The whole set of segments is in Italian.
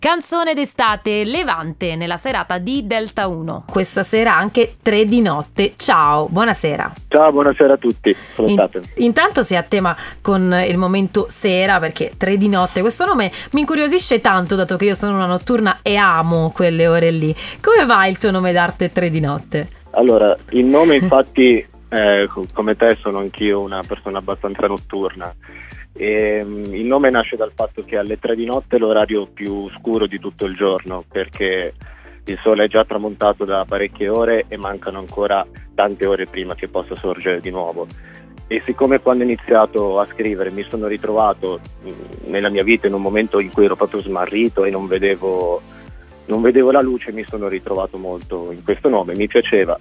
Canzone d'estate Levante nella serata di Delta 1. Questa sera anche 3 di notte. Ciao, buonasera. Ciao, buonasera a tutti. Come state? Intanto sei a tema con il momento sera, perché 3 di notte, questo nome mi incuriosisce tanto, dato che io sono una notturna e amo quelle ore lì. Come va il tuo nome d'arte 3 di notte? Allora, il nome infatti, come te sono anch'io una persona abbastanza notturna. E il nome nasce dal fatto che alle 3 di notte è l'orario più scuro di tutto il giorno, perché il sole è già tramontato da parecchie ore e mancano ancora tante ore prima che possa sorgere di nuovo. E siccome quando ho iniziato a scrivere mi sono ritrovato nella mia vita in un momento in cui ero proprio smarrito e non vedevo la luce, mi sono ritrovato molto in questo nome, mi piaceva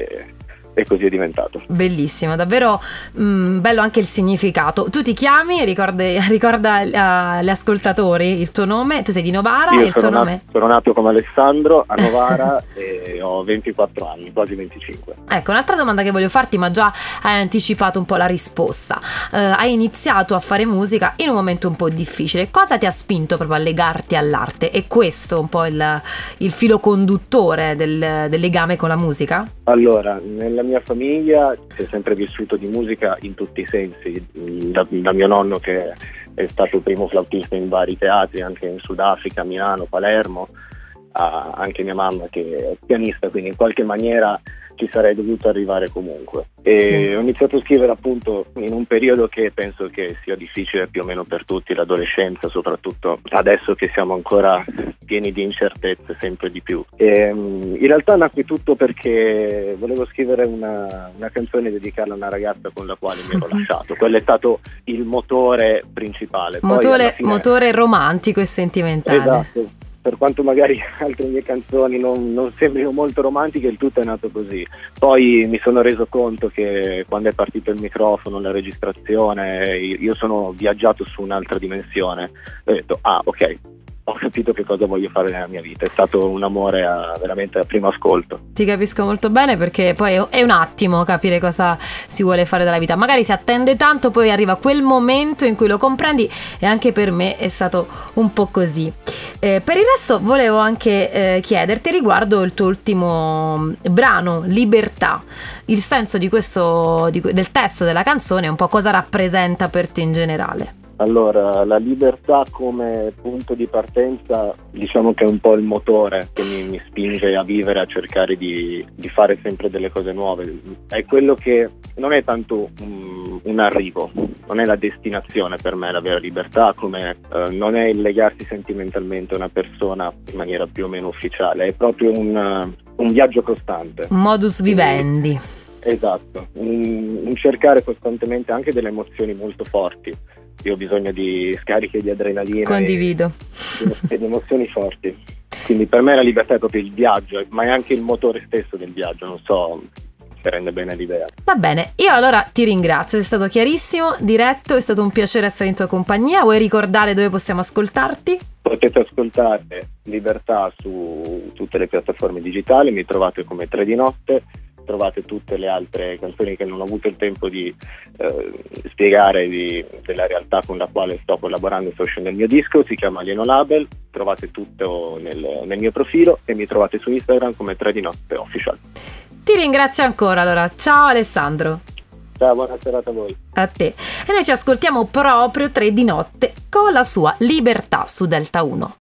e così è diventato. Bellissimo, davvero bello anche il significato. Tu ti chiami, ricorda agli ascoltatori il tuo nome, tu sei di Novara e il tuo nome? Sono nato come Alessandro a Novara e ho 24 anni, quasi 25. Ecco, un'altra domanda che voglio farti, ma già hai anticipato un po' la risposta. Hai iniziato a fare musica in un momento un po' difficile. Cosa ti ha spinto proprio a legarti all'arte? È questo un po' il filo conduttore del legame con la musica? Allora, nella mia famiglia si è sempre vissuto di musica in tutti i sensi, da mio nonno che è stato il primo flautista in vari teatri, anche in Sudafrica, Milano, Palermo, anche mia mamma che è pianista, quindi in qualche maniera ci sarei dovuto arrivare comunque. E ho iniziato a scrivere appunto in un periodo che penso che sia difficile più o meno per tutti, l'adolescenza, soprattutto adesso che siamo ancora pieni di incertezze sempre di più. E, in realtà nacque tutto perché volevo scrivere una canzone e dedicarla a una ragazza con la quale mi ero lasciato. Quello è stato il motore principale. Motore romantico e sentimentale. Esatto. Per quanto magari altre mie canzoni non sembrino molto romantiche, il tutto è nato così. Poi mi sono reso conto che quando è partito il microfono, la registrazione, io sono viaggiato su un'altra dimensione. Ho detto, ok, ho capito che cosa voglio fare nella mia vita. È stato un amore veramente a primo ascolto. Ti capisco molto bene, perché poi è un attimo capire cosa si vuole fare dalla vita. Magari si attende tanto, poi arriva quel momento in cui lo comprendi, e anche per me è stato un po' così. Per il resto volevo anche chiederti riguardo il tuo ultimo brano, Libertà. Il senso del testo della canzone, un po' cosa rappresenta per te in generale? Allora, la libertà come punto di partenza, diciamo che è un po' il motore che mi spinge a vivere, a cercare di fare sempre delle cose nuove. È quello che non è tanto un arrivo, non è la destinazione per me la vera libertà, come non è il legarsi sentimentalmente a una persona in maniera più o meno ufficiale, è proprio un viaggio costante. Modus vivendi. Esatto, un cercare costantemente anche delle emozioni molto forti. Io ho bisogno di scariche di adrenalina. Condivido. E di emozioni forti. Quindi per me la libertà è proprio il viaggio, ma è anche il motore stesso del viaggio, non so se rende bene l'idea. Va bene, io allora ti ringrazio, sei stato chiarissimo, diretto, è stato un piacere essere in tua compagnia. Vuoi ricordare dove possiamo ascoltarti? Potete ascoltare Libertà su tutte le piattaforme digitali, mi trovate come 3 di notte. Trovate tutte le altre canzoni che non ho avuto il tempo di spiegare della realtà con la quale sto collaborando. Sto uscendo il mio disco, si chiama Alieno Label, trovate tutto nel mio profilo e mi trovate su Instagram come 3 di notte official. Ti ringrazio ancora, allora ciao Alessandro. Ciao, buona serata a voi. A te. E noi ci ascoltiamo proprio 3 di notte con la sua Libertà su Delta 1.